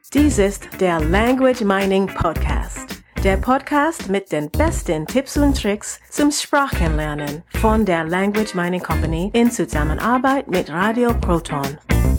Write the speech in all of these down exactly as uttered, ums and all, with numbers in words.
Dies ist der Language Mining Podcast. Der Podcast mit den besten Tipps und Tricks zum Sprachenlernen von der Language Mining Company in Zusammenarbeit mit Radio Proton.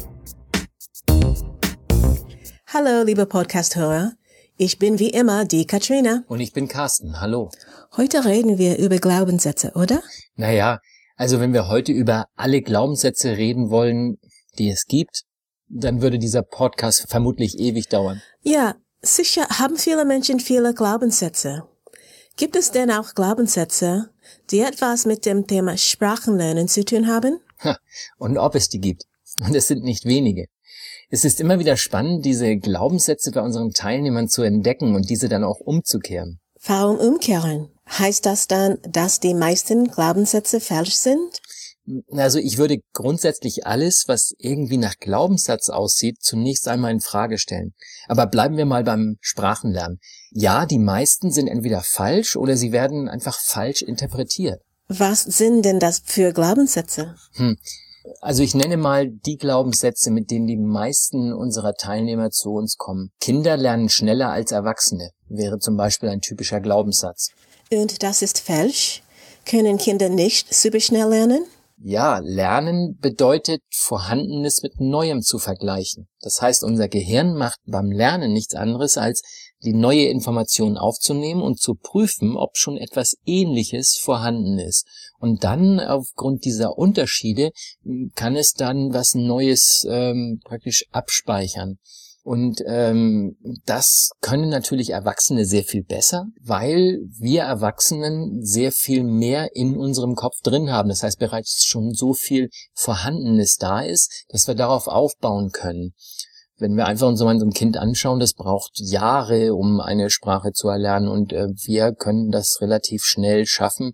Hallo, liebe Podcast-Hörer. Ich bin wie immer die Katrina. Und ich bin Carsten. Hallo. Heute reden wir über Glaubenssätze, oder? Naja, also wenn wir heute über alle Glaubenssätze reden wollen, die es gibt, dann würde dieser Podcast vermutlich ewig dauern. Ja, sicher haben viele Menschen viele Glaubenssätze. Gibt es denn auch Glaubenssätze, die etwas mit dem Thema Sprachenlernen zu tun haben? Ha, und ob es die gibt. Und es sind nicht wenige. Es ist immer wieder spannend, diese Glaubenssätze bei unseren Teilnehmern zu entdecken und diese dann auch umzukehren. Warum umkehren? Heißt das dann, dass die meisten Glaubenssätze falsch sind? Also ich würde grundsätzlich alles, was irgendwie nach Glaubenssatz aussieht, zunächst einmal in Frage stellen. Aber bleiben wir mal beim Sprachenlernen. Ja, die meisten sind entweder falsch oder sie werden einfach falsch interpretiert. Was sind denn das für Glaubenssätze? Hm. Also ich nenne mal die Glaubenssätze, mit denen die meisten unserer Teilnehmer zu uns kommen. Kinder lernen schneller als Erwachsene, wäre zum Beispiel ein typischer Glaubenssatz. Und das ist falsch? Können Kinder nicht super schnell lernen? Ja, Lernen bedeutet, Vorhandenes mit Neuem zu vergleichen. Das heißt, unser Gehirn macht beim Lernen nichts anderes, als die neue Information aufzunehmen und zu prüfen, ob schon etwas Ähnliches vorhanden ist. Und dann, aufgrund dieser Unterschiede, kann es dann was Neues ähm, praktisch abspeichern. Und ähm, das können natürlich Erwachsene sehr viel besser, weil wir Erwachsenen sehr viel mehr in unserem Kopf drin haben. Das heißt, bereits schon so viel Vorhandenes da ist, dass wir darauf aufbauen können. Wenn wir einfach uns so ein Kind anschauen, das braucht Jahre, um eine Sprache zu erlernen, und äh, wir können das relativ schnell schaffen.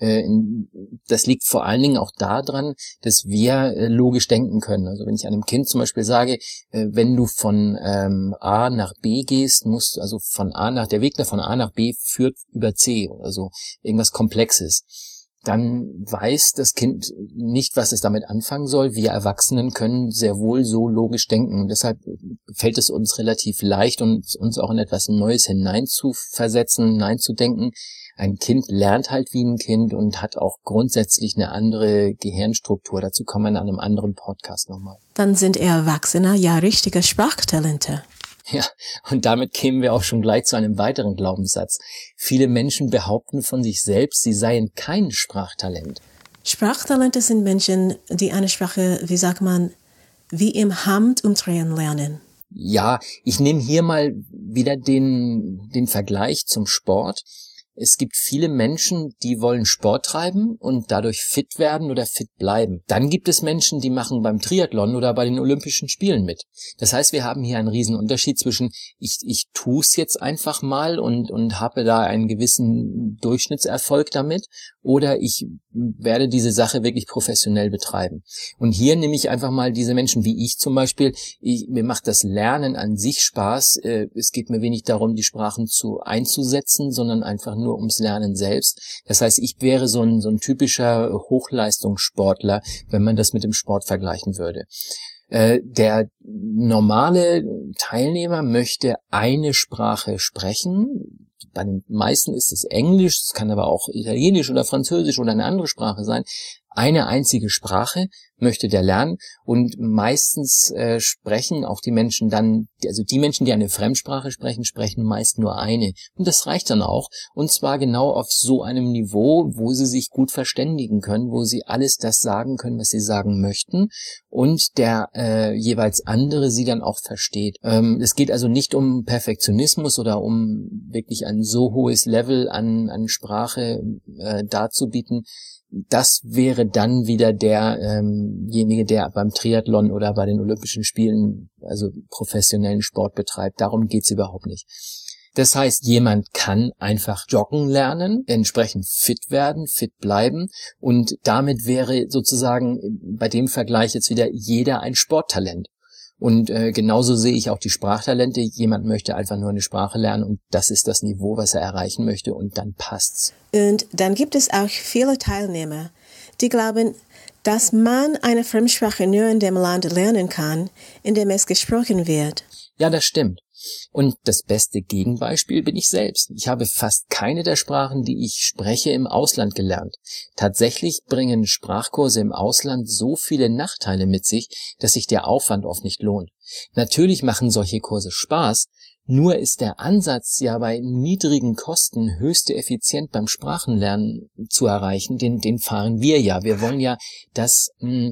Das liegt vor allen Dingen auch daran, dass wir logisch denken können. Also wenn ich einem Kind zum Beispiel sage, wenn du von ähm, A nach B gehst, musst also von A nach, der Weg von A nach B führt über C, also irgendwas Komplexes, dann weiß das Kind nicht, was es damit anfangen soll. Wir Erwachsenen können sehr wohl so logisch denken. Und deshalb fällt es uns relativ leicht, uns, uns auch in etwas Neues hineinzuversetzen, hineinzudenken. Ein Kind lernt halt wie ein Kind und hat auch grundsätzlich eine andere Gehirnstruktur. Dazu kommen wir in einem anderen Podcast nochmal. Dann sind Erwachsene ja richtige Sprachtalente. Ja, und damit kämen wir auch schon gleich zu einem weiteren Glaubenssatz. Viele Menschen behaupten von sich selbst, sie seien kein Sprachtalent. Sprachtalente sind Menschen, die eine Sprache, wie sagt man, wie im Handumdrehen lernen. Ja, ich nehme hier mal wieder den, den Vergleich zum Sport. Es gibt viele Menschen, die wollen Sport treiben und dadurch fit werden oder fit bleiben. Dann gibt es Menschen, die machen beim Triathlon oder bei den Olympischen Spielen mit. Das heißt, wir haben hier einen riesen Unterschied zwischen ich ich tue es jetzt einfach mal und und habe da einen gewissen Durchschnittserfolg damit, oder ich werde diese Sache wirklich professionell betreiben. Und hier nehme ich einfach mal diese Menschen wie ich zum Beispiel. Ich, mir macht das Lernen an sich Spaß. Es geht mir wenig darum, die Sprachen zu einzusetzen, sondern einfach nur ums Lernen selbst. Das heißt, ich wäre so ein, so ein typischer Hochleistungssportler, wenn man das mit dem Sport vergleichen würde. Äh, der normale Teilnehmer möchte eine Sprache sprechen. Bei den meisten ist es Englisch, es kann aber auch Italienisch oder Französisch oder eine andere Sprache sein. Eine einzige Sprache möchte der lernen, und meistens äh, sprechen auch die Menschen dann, also die Menschen, die eine Fremdsprache sprechen, sprechen meist nur eine. Und das reicht dann auch, und zwar genau auf so einem Niveau, wo sie sich gut verständigen können, wo sie alles das sagen können, was sie sagen möchten, und der äh, jeweils andere sie dann auch versteht. Ähm, es geht also nicht um Perfektionismus oder um wirklich ein so hohes Level an, an Sprache äh, darzubieten. Das wäre dann wieder derjenige, ähm der beim Triathlon oder bei den Olympischen Spielen, also professionellen Sport betreibt. Darum geht's überhaupt nicht. Das heißt, jemand kann einfach joggen lernen, entsprechend fit werden, fit bleiben, und damit wäre sozusagen bei dem Vergleich jetzt wieder jeder ein Sporttalent. Und äh, genauso sehe ich auch die Sprachtalente. Jemand möchte einfach nur eine Sprache lernen, und das ist das Niveau, was er erreichen möchte, und dann passt's. Und dann gibt es auch viele Teilnehmer, die glauben, dass man eine Fremdsprache nur in dem Land lernen kann, in dem es gesprochen wird. Ja, das stimmt. Und das beste Gegenbeispiel bin ich selbst. Ich habe fast keine der Sprachen, die ich spreche, im Ausland gelernt. Tatsächlich bringen Sprachkurse im Ausland so viele Nachteile mit sich, dass sich der Aufwand oft nicht lohnt. Natürlich machen solche Kurse Spaß, nur ist der Ansatz ja bei niedrigen Kosten höchste Effizient beim Sprachenlernen zu erreichen, den, den fahren wir ja. Wir wollen ja, dass,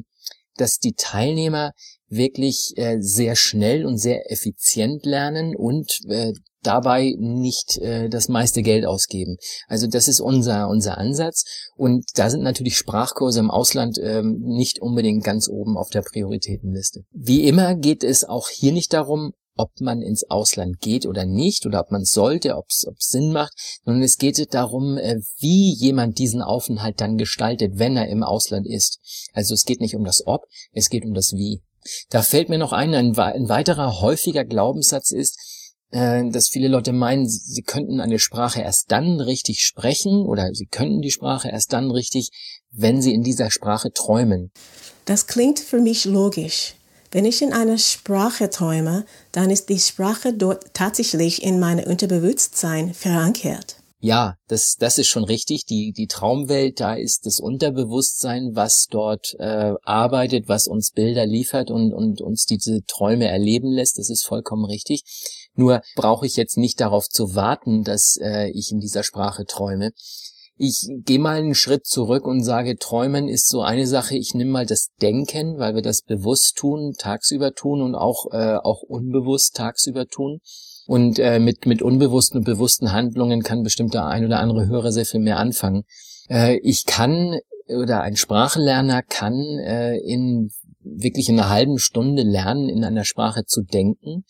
dass die Teilnehmer wirklich äh, sehr schnell und sehr effizient lernen und äh, dabei nicht äh, das meiste Geld ausgeben. Also das ist unser unser Ansatz, und da sind natürlich Sprachkurse im Ausland ähm, nicht unbedingt ganz oben auf der Prioritätenliste. Wie immer geht es auch hier nicht darum, ob man ins Ausland geht oder nicht, oder ob man sollte, ob es Sinn macht, sondern es geht darum, wie jemand diesen Aufenthalt dann gestaltet, wenn er im Ausland ist. Also es geht nicht um das Ob, es geht um das Wie. Da fällt mir noch ein, ein, ein weiterer häufiger Glaubenssatz ist, äh, dass viele Leute meinen, sie könnten eine Sprache erst dann richtig sprechen, oder sie könnten die Sprache erst dann richtig, wenn sie in dieser Sprache träumen. Das klingt für mich logisch. Wenn ich in einer Sprache träume, dann ist die Sprache dort tatsächlich in meinem Unterbewusstsein verankert. Ja, das das ist schon richtig. Die die Traumwelt, da ist das Unterbewusstsein, was dort äh, arbeitet, was uns Bilder liefert und und uns diese Träume erleben lässt. Das ist vollkommen richtig. Nur brauche ich jetzt nicht darauf zu warten, dass äh, ich in dieser Sprache träume. Ich gehe mal einen Schritt zurück und sage, Träumen ist so eine Sache. Ich nehme mal das Denken, weil wir das bewusst tun, tagsüber tun und auch äh, auch unbewusst tagsüber tun. Und äh, mit mit unbewussten und bewussten Handlungen kann bestimmt der ein oder andere Hörer sehr viel mehr anfangen. Äh, ich kann, oder ein Sprachenlerner kann äh, in wirklich in einer halben Stunde lernen, in einer Sprache zu denken,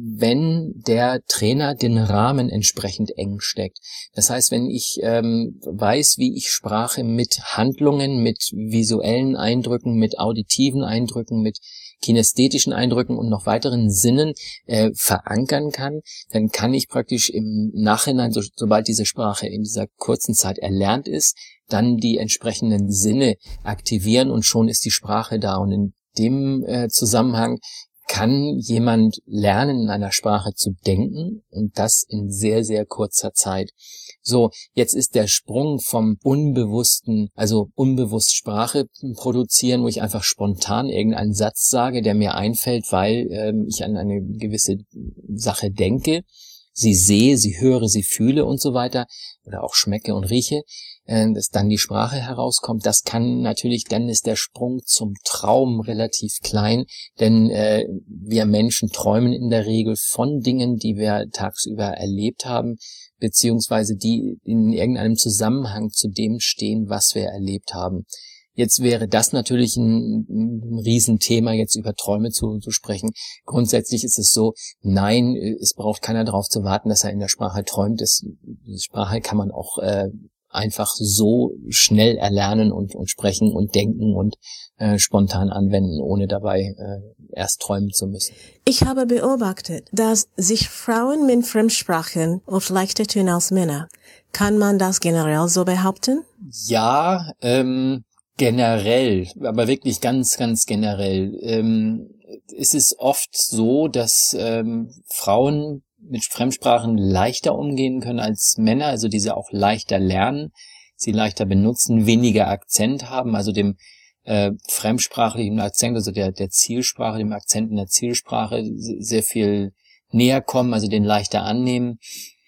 wenn der Trainer den Rahmen entsprechend eng steckt. Das heißt, wenn ich ähm, weiß, wie ich Sprache mit Handlungen, mit visuellen Eindrücken, mit auditiven Eindrücken, mit kinästhetischen Eindrücken und noch weiteren Sinnen äh, verankern kann, dann kann ich praktisch im Nachhinein, so, sobald diese Sprache in dieser kurzen Zeit erlernt ist, dann die entsprechenden Sinne aktivieren, und schon ist die Sprache da. Und in dem äh, Zusammenhang kann jemand lernen, in einer Sprache zu denken, und das in sehr, sehr kurzer Zeit. So, jetzt ist der Sprung vom unbewussten, also unbewusst Sprache produzieren, wo ich einfach spontan irgendeinen Satz sage, der mir einfällt, weil ähm, ich an eine gewisse Sache denke, sie sehe, sie höre, sie fühle und so weiter, oder auch schmecke und rieche, äh, dass dann die Sprache herauskommt. Das kann natürlich, dann ist der Sprung zum Traum relativ klein, denn äh, wir Menschen träumen in der Regel von Dingen, die wir tagsüber erlebt haben, beziehungsweise die in irgendeinem Zusammenhang zu dem stehen, was wir erlebt haben. Jetzt wäre das natürlich ein, ein Riesenthema, jetzt über Träume zu, zu sprechen. Grundsätzlich ist es so, nein, es braucht keiner darauf zu warten, dass er in der Sprache träumt. Das, die Sprache kann man auch äh, einfach so schnell erlernen und, und sprechen und denken und äh, spontan anwenden, ohne dabei äh, erst träumen zu müssen. Ich habe beobachtet, dass sich Frauen mit Fremdsprachen oft leichter tun als Männer. Kann man das generell so behaupten? Ja, ähm, generell, aber wirklich ganz, ganz generell. Ähm, es ist oft so, dass ähm, Frauen mit Fremdsprachen leichter umgehen können als Männer, also diese auch leichter lernen, sie leichter benutzen, weniger Akzent haben, also dem äh, fremdsprachlichen Akzent, also der, der Zielsprache, dem Akzent in der Zielsprache sehr viel näher kommen, also den leichter annehmen.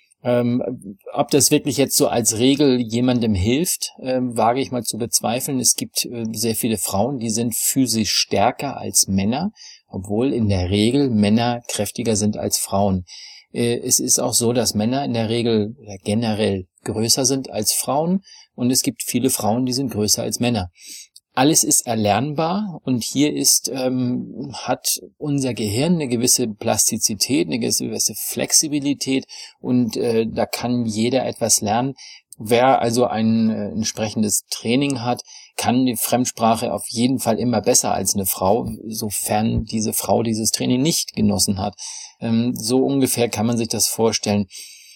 Ähm, ob das wirklich jetzt so als Regel jemandem hilft, ähm, wage ich mal zu bezweifeln. Es gibt äh, sehr viele Frauen, die sind physisch stärker als Männer, obwohl in der Regel Männer kräftiger sind als Frauen. Äh, es ist auch so, dass Männer in der Regel oder generell größer sind als Frauen, und es gibt viele Frauen, die sind größer als Männer. Alles ist erlernbar, und hier ist ähm, hat unser Gehirn eine gewisse Plastizität, eine gewisse Flexibilität, und äh, da kann jeder etwas lernen. Wer also ein äh, entsprechendes Training hat, kann die Fremdsprache auf jeden Fall immer besser als eine Frau, sofern diese Frau dieses Training nicht genossen hat. Ähm, so ungefähr kann man sich das vorstellen.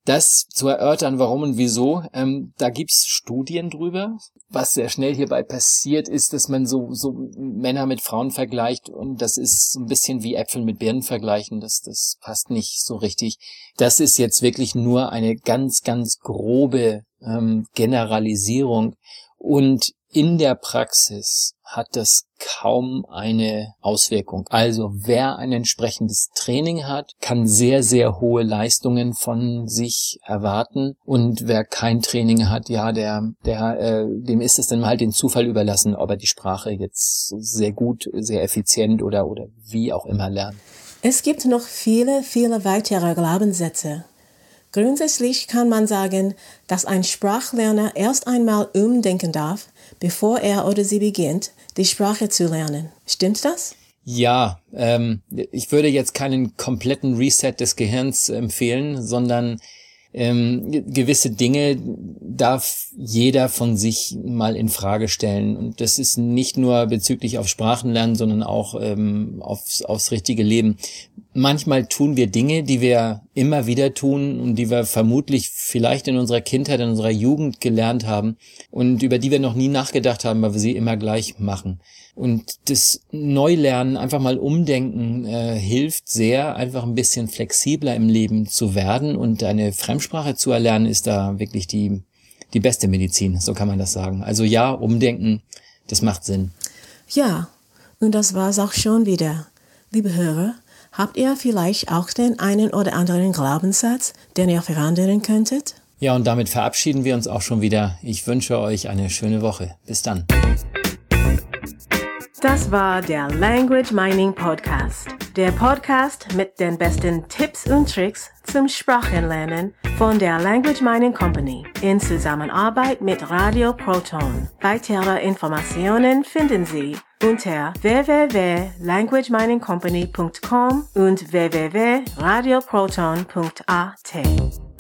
Das zu erörtern, warum und wieso, ähm, da gibt's Studien drüber. Was sehr schnell hierbei passiert, ist, dass man so so Männer mit Frauen vergleicht und das ist so ein bisschen wie Äpfel mit Birnen vergleichen. Das das passt nicht so richtig. Das ist jetzt wirklich nur eine ganz, ganz grobe ähm, Generalisierung und in der Praxis hat das kaum eine Auswirkung. Also wer ein entsprechendes Training hat, kann sehr, sehr hohe Leistungen von sich erwarten. Und wer kein Training hat, ja, der, der, äh, dem ist es dann halt den Zufall überlassen, ob er die Sprache jetzt sehr gut, sehr effizient oder, oder wie auch immer lernt. Es gibt noch viele, viele weitere Glaubenssätze. Grundsätzlich kann man sagen, dass ein Sprachlerner erst einmal umdenken darf, bevor er oder sie beginnt, die Sprache zu lernen. Stimmt das? Ja, ähm, ich würde jetzt keinen kompletten Reset des Gehirns empfehlen, sondern ähm, gewisse Dinge darf jeder von sich mal in Frage stellen. Und das ist nicht nur bezüglich auf Sprachenlernen, sondern auch ähm, aufs, aufs richtige Leben. Manchmal tun wir Dinge, die wir immer wieder tun und die wir vermutlich vielleicht in unserer Kindheit, in unserer Jugend gelernt haben und über die wir noch nie nachgedacht haben, weil wir sie immer gleich machen. Und das Neulernen, einfach mal umdenken, äh, hilft sehr, einfach ein bisschen flexibler im Leben zu werden und eine Fremdsprache zu erlernen, ist da wirklich die, die beste Medizin, so kann man das sagen. Also ja, umdenken, das macht Sinn. Ja, und das war's auch schon wieder. Liebe Hörer, habt ihr vielleicht auch den einen oder anderen Glaubenssatz, den ihr verändern könntet? Ja, und damit verabschieden wir uns auch schon wieder. Ich wünsche euch eine schöne Woche. Bis dann. Das war der Language Mining Podcast. Der Podcast mit den besten Tipps und Tricks zum Sprachenlernen von der Language Mining Company in Zusammenarbeit mit Radio Proton. Weitere Informationen finden Sie unter w w w punkt language mining company punkt com und w w w punkt radio proton punkt a t.